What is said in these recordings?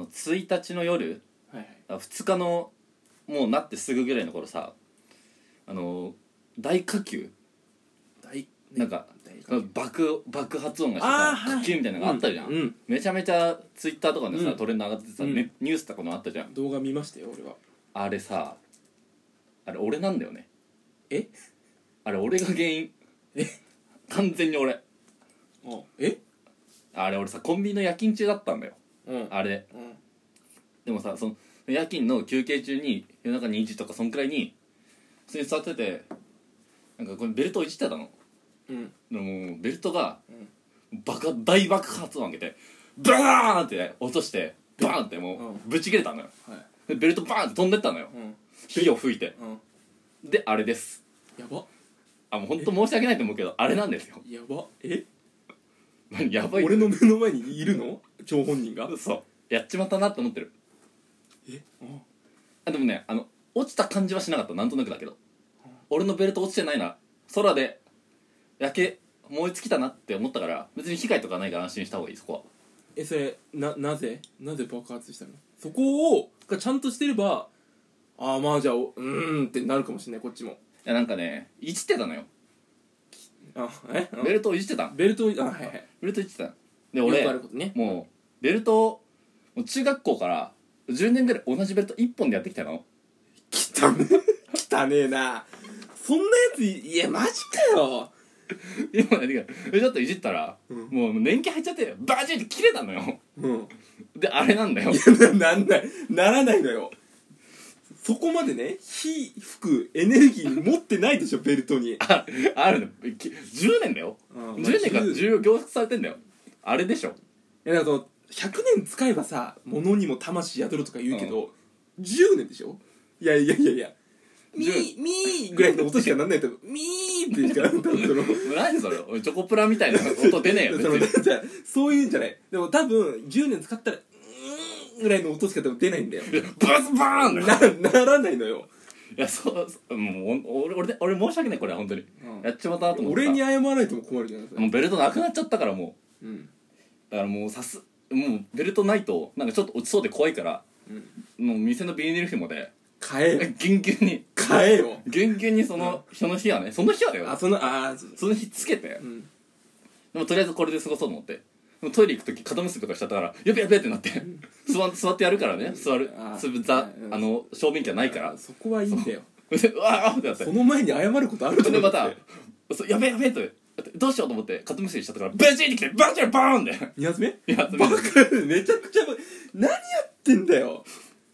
1日の夜、 はいはい、 2日のもうなってすぐぐらいの頃さ、大火球なんか爆発音がしてさ、火球みたいなのがあったじゃん、 うん、 めちゃめちゃツイッターとかでさ、 うん、 トレンド上がっててさ、 うん、 ニュースとかもあったじゃん。 動画見ましたよ俺は。 あれさ、あれ俺なんだよね。 えあれ俺が原因。完全に俺。あれ俺さ、コンビニの夜勤中だったんだよ、 うん、 あれ、 うん、 でもさ、その夜勤の休憩中に夜中2時とかそんくらいに普通に座ってて、なんかこれベルトをいじってたの。 うん、 でもベルトが大爆発音を上げてバーンって落としてバーンってもうぶち切れたのよ、 はい、 でベルトバーンって飛んでったのよ、火を吹いて、であれです。 やば。 もうほんと申し訳ないと思うけどあれなんですよ。 やば。 何やばい。 俺の目の前にいるの張本人が。 そうやっちまったなって思ってる。でもね、落ちた感じはしなかった、なんとなくだけど。俺のベルト落ちてないな、空で燃え尽きたなって思ったから、別に被害とかないから安心した方がいい。そこはそれなぜ爆発したの？そこをがちゃんとしてれば、まあじゃあってなるかもしれない、こっちも。 いやなんかね、いじってたのよ。ベルトをいじってたん。 ベルトはいはい、 ベルトいじってたんで、俺よくあることね、 もうベルトもう中学校から10年ぐらい同じベルト1本でやってきたの。 汚ねえなそんなやつ。いやマジかよ。 今何かちょっといじったら、もう年季入っちゃってバチンって切れたのよ、であれなんだよ。 いやならないのよ。そこまでね、火吹くエネルギー持ってないでしょベルトに。 あるの。10年だよ、10年から重要凝縮されてんだよ、あれでしょ。 いやだから100年使えばさ、物にも魂宿るとか言うけど、10年でしょ。いやミーぐらいの音しかなんないと、ミーってしかなんないと。 何それ、チョコプラみたいな音出ねえよ別に。 じゃそういうんじゃない。でも多分10年使ったらぐらいの音しか多分出ないんだよ。 バズバーンならないのよ。 いやもう俺申し訳ない、これは本当に、やっちまったなと思って。 俺に謝らないとも困るじゃないですか。 もうベルトなくなっちゃったから、もう、だからもうもうベルトないとなんかちょっと落ちそうで怖いから、もう店のビニール紐で買えギュンギュンに買えよ。 ギュンギュンにその日はね、その日はだよ、その日つけて、でもとりあえずこれで過ごそうと思って、でもトイレ行く時肩結びとかしちゃったからやべってなって座ってやるからね、正面機はないから、 そこはいいんだよ。 うわーってなって、 その前に謝ることあると思って。 でまたやべってどうしようと思って肩結びしちゃったからバチンってきてバチンバーンって 2発目バカ、 めちゃくちゃ何やってんだよ。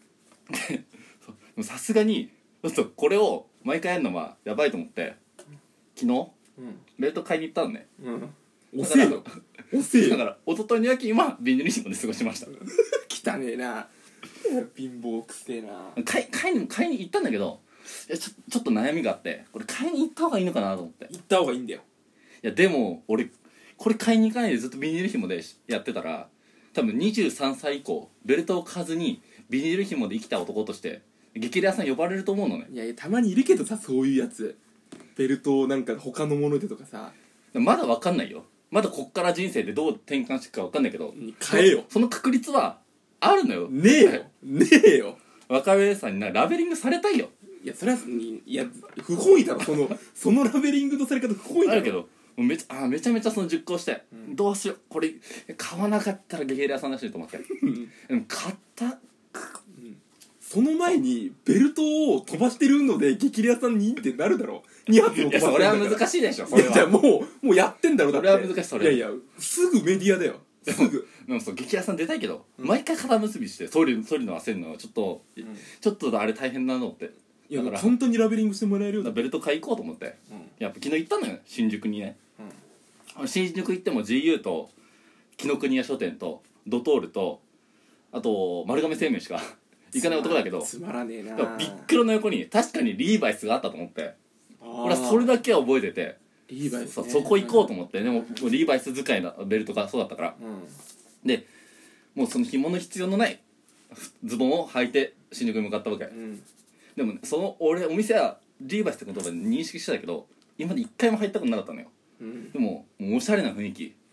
さすがにちょっとこれを毎回やるのはやばいと思って、昨日ベルト買いに行ったのね。 遅えよだから一昨日の夜勤はビニール紐で過ごしました。 汚ねえな、貧乏くせえな。 買いに行ったんだけど、いやちょっと悩みがあって、これ買いに行った方がいいのかなと思って。 行った方がいいんだよ。 いやでも俺これ買いに行かないでずっとビニール紐でやってたら、多分23歳以降ベルトを買わずにビニール紐で生きた男として激レアさん呼ばれると思うのね。 いやたまにいるけどさ、そういうやつベルトをなんか他のものでとかさ。 まだ分かんないよ、まだこっから人生でどう転換していくか分かんないけど、 買えよ。 その確率はあるのよ。 ねえよ若林さんにラベリングされたいよ。 いやそれはいや不本意だろ、そのラベリングのされ方不本意だろ。 あるけどもうめちゃめちゃその熟考して、どうしようこれ買わなかったら激レアさんだしと思ってでも買った、 その前にベルトを飛ばしてるので激レアさんにってなるだろう。2発も飛ばしてるんだから。 いやそれは難しいでしょ、それは。 じゃあもうやってんだろ、だって。 それは難しい、それ。 いやすぐメディアだよ、すぐ。 でもそう激レアさん出たいけど、毎回肩結びして総理の焦るのはちょっとあれ大変だなと思って。 いやだから簡単にラベリングしてもらえるよ。 ベルト買い行こうと思って、やっぱ昨日行ったのよ新宿にね、新宿行っても GU と紀ノ国屋書店とドトールとあと丸亀製麺しか行かない男だけど、 つまらねえな。 ビックロの横に確かにリーバイスがあったと思って、俺はそれだけは覚えてて、 リーバイス、ね、 そこ行こうと思って、でもリーバイス使いのベルトがそうだったから、でもうその紐の必要のないズボンを履いて新宿に向かったわけ、でもね、俺お店はリーバイスって言葉で認識してたけど今まで一回も入ったことなかったのよ、でももうおしゃれな雰囲気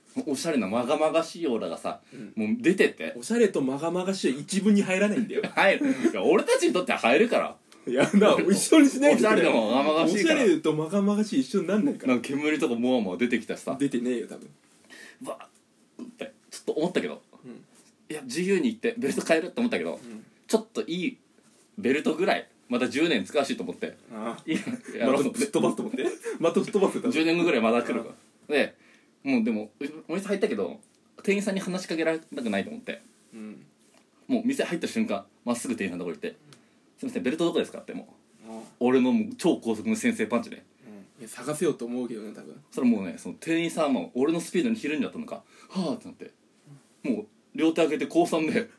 おしゃれなまがまがしいオーラがさ、もう出てて、 おしゃれとまがまがしい一文に入らないんだよ入る。いや俺たちにとっては入るから。 いやな、一緒にしないで。おしゃれとまがまがしいから。 おしゃれとまがまがしい一緒になんないから。 なんか煙とかもわもわ出てきたしさ。 出てねえよ多分。 わってちょっと思ったけど、いや自由に行ってベルト変えるって思ったけど、ちょっといいベルトぐらいまた10年使うしと思って、 いやまた吹っ飛ばすと思ってまた吹っ飛ばす 10年後ぐらいまだ来るからで、もうでもお店入ったけど店員さんに話しかけられたくないと思って、もう店入った瞬間まっすぐ店員さんのとこ行って「すいませんベルトどこですか?」ってもう俺のもう超高速の先制パンチで、 いや探せようと思うけどね多分。 それもうね、その店員さんはもう俺のスピードにひるんじゃったのか、はあってなって、もう両手上げて高3で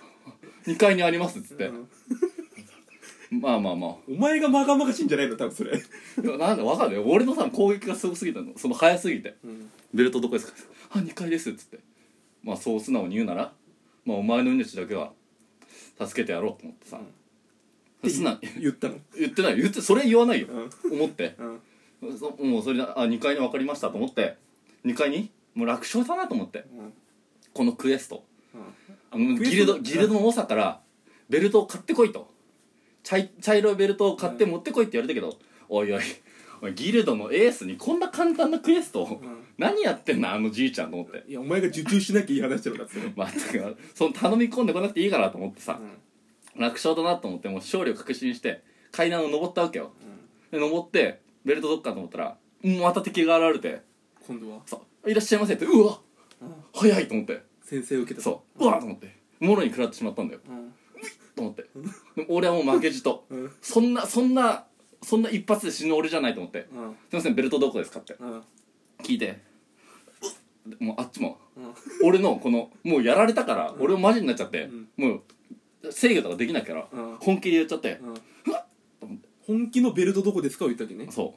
2階にありますっつって、まあまあまあお前がまがまがしいんじゃないの多分それなんだ分かんない俺のさ攻撃がすごすぎたの、その早すぎて、ベルトどこですかあ2階ですっつって、まあそう素直に言うならまあお前の命だけは助けてやろうと思ってさ、素直に言ったの言ってない、それ言わないよ、思って、もうそれで2階に分かりましたと思って2階にもう楽勝だなと思って、このクエスト、ギルドの長からベルトを買ってこいと、茶色いベルトを買って持ってこいって言われたけど、おいギルドのエースにこんな簡単なクエスト、何やってんのあのじいちゃんと思って。 いやお前が受注しなきゃいい話だろだってまあその頼み込んでこなくていいかなと思ってさ、楽勝だなと思ってもう勝利を確信して階段を登ったわけよ、で登ってベルトどっかと思ったらまた敵が現れて、 今度はそういらっしゃいませって、うわ、早いと思って、 先生を受けた、 そううわと思ってもろに食らってしまったんだよ、と思って、でも俺はもう負けじと、そんな一発で死ぬ俺じゃないと思って、すいませんベルトどこですかって聞いて、もうあっちも、俺のこのもうやられたから、俺もマジになっちゃって、もう制御とかできないから、本気で言っちゃって、うわっと思って、 本気のベルトどこですかを言ったわけね。 そう、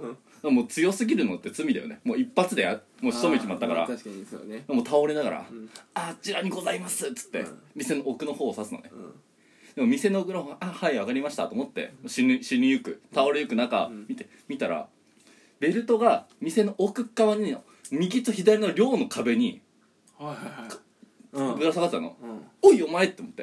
もう強すぎるのって罪だよね、もう一発でもう仕留めちまったから、 確かにそうね、 もう倒れながら、あちらにございますっつって、店の奥の方を指すのね、でも店の奥の方、はい上がりましたと思って死にゆく倒れゆく中、見たらベルトが店の奥側に右と左の両の壁にぶら下がってたの、おいお前って思って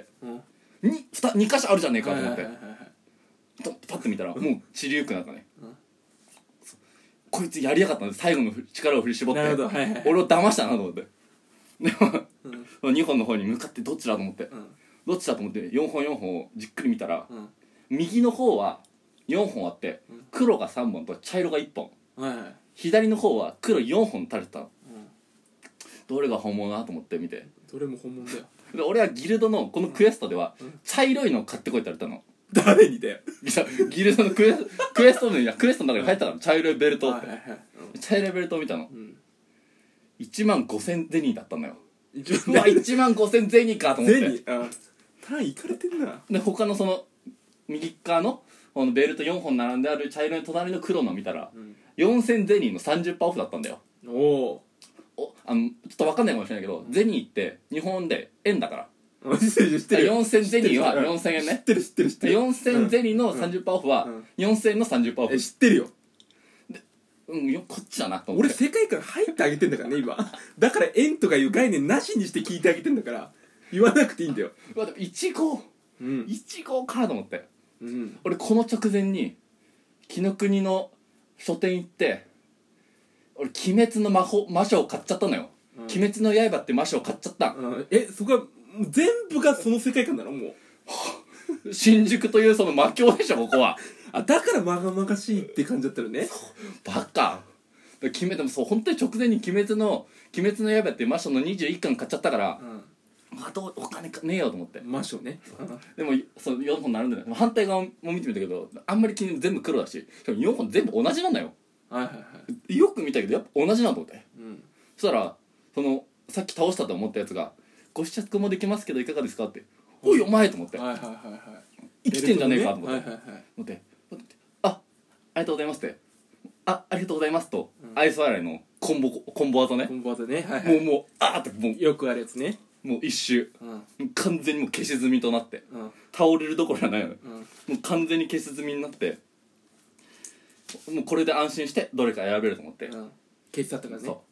、2箇所あるじゃねえかと思って、パッて見たらもう散りゆく中ね、こいつやりやがったんで最後の力を振り絞って、俺を騙したなと思って、でも2本の方に向かってどっちだと思って、どっちだと思って4本をじっくり見たら、右の方は4本あって黒が3本と茶色が1本、左の方は黒4本垂れてたの、どれが本物だと思って見て、 どれも本物だよ。 で俺はギルドのこのクエストでは茶色いのを買ってこいって言われたの。 誰にだよ。 ギルドのクエストの中に入ったの茶色いベルトって、茶色いベルトを見たの、15,000ゼニーだったのよ。うわ15,000ゼニーかと思って、 ゼニー単位いかれてんな。 で他のその右側のこのベルト4本並んである茶色い隣の黒の見たら、4,000ゼニーの 30% オフだったんだよ。ちょっと分かんないかもしれないけど、ゼニーって日本で円だから、 知ってる 4000ゼニーは4000円ね。 知ってる 4000ゼニーの 30% オフは4000円の 30% オフ。 知ってるよ。 こっちだなと思って。 俺世界観入ってあげてんだからね今。だから円とかいう概念なしにして聞いてあげてんだから、言わなくていいんだよ。 でも1号かと思って、俺この直前に紀ノ国の書店行って俺鬼滅の魔書を買っちゃったのよ、鬼滅の刃って魔書を買っちゃった、 そこは全部がその世界観なのもう新宿というその魔境でしょここは。 だからまがまがしいって感じだったらね。 バカでもそう本当に直前に鬼滅の刃っていう魔書の21巻買っちゃったから、お金ねえよと思って。 魔書ね。 でもその4本並んでる、反対側も見てみたけどあんまり全部黒だし、しかも4本全部同じなんだよ。よく見たけどやっぱ同じなんと思って、そしたらそのさっき倒したと思ったやつが「ご試着もできますけどいかがですか?」って「おいお前!」と思って、生きてんじゃねえかと思って「ありがとうございます」って「ありがとうございます」と愛想笑いのコンボ技ね。もうってもうよくあるやつね。 もう一周、完全にもう消し済みとなって、倒れるどころじゃないのよ、もう完全に消し済みになって、もうこれで安心してどれか選べると思って、 消し去ったからね。 そう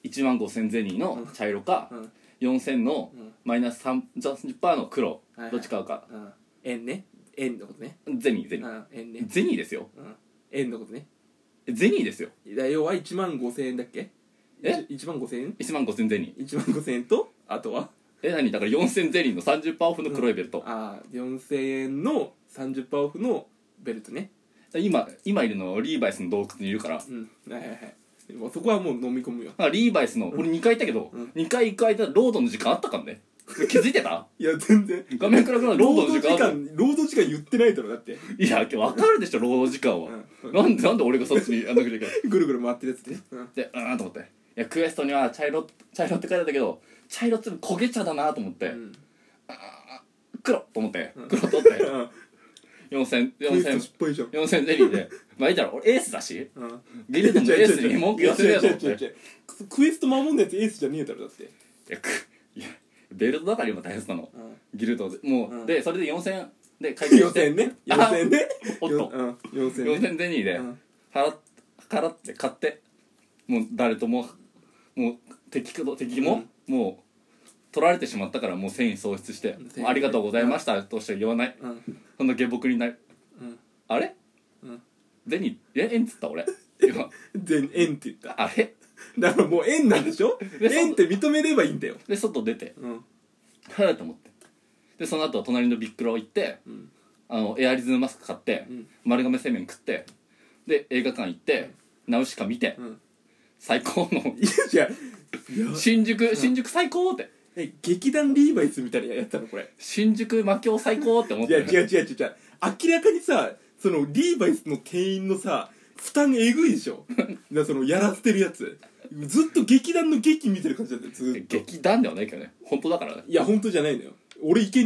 15000ゼニーの茶色か、4000のマイナス30% の黒、どっち買うか。 円ね、円のことね。 ゼニー、 円ね。 ゼニーですよ。 円のことね。 ゼニーですよ。 要は15000円だっけ？15000円 ？15000ゼニー。 15000円と、あとは何だから4000ゼニーの 30% オフの黒いベルト。 4000円の 30% オフのベルトね。 今いるのリーバイスの洞窟にいるから。 はいはいはい。そこはもう飲み込むよ。 リーバイスの、俺2回行ったけど、2回行く間ロードの時間あったかんね。気づいてた？ いや全然画面からロードの時間ロード時間言ってないだろ。だって。 いや分かるでしょロード時間は。なんで俺がそっちにやんなきゃいけない。 ぐるぐる回ってるやつね。 でと思って、いやクエストには茶色って書いてあったけど、茶色って焦げ茶だなと思って、黒と思って黒取って4000ゼニーで、まあいいだろ、俺エースだし、ギルドのエースに文句言わせねえと思って。 クエスト守んのやつエースじゃねえだろ。だって。 いやベルトだから今大切なの、ギルドでもう、でそれで4000で解決して 4000ね、4000ね、 おっと4000ゼニーで払って買って、もう誰とももう敵ももう取られてしまったから、もう繊維喪失して、ありがとうございましたとしか言わない。そんな下僕になる。あれゼニー円っつった俺今円って言った。 あれだからもう円なんでしょ。円って認めればいいんだよ。 で外出てはぁと思って、でその後隣のビックロ行って、エアリズムマスク買って、丸亀製麺食って、で映画館行ってナウシカ見て、最高の新宿最高って。 劇団リーバイスみたいなやったのこれ。 新宿魔境最高って思ってる。 いや違う明らかにさ、そのリーバイスの店員のさ負担えぐいでしょ。そのやらせてるやつずっと劇団の劇見てる感じだったよ。ずっと。 劇団ではないけどね、本当だからね。 いや本当じゃないのよ。俺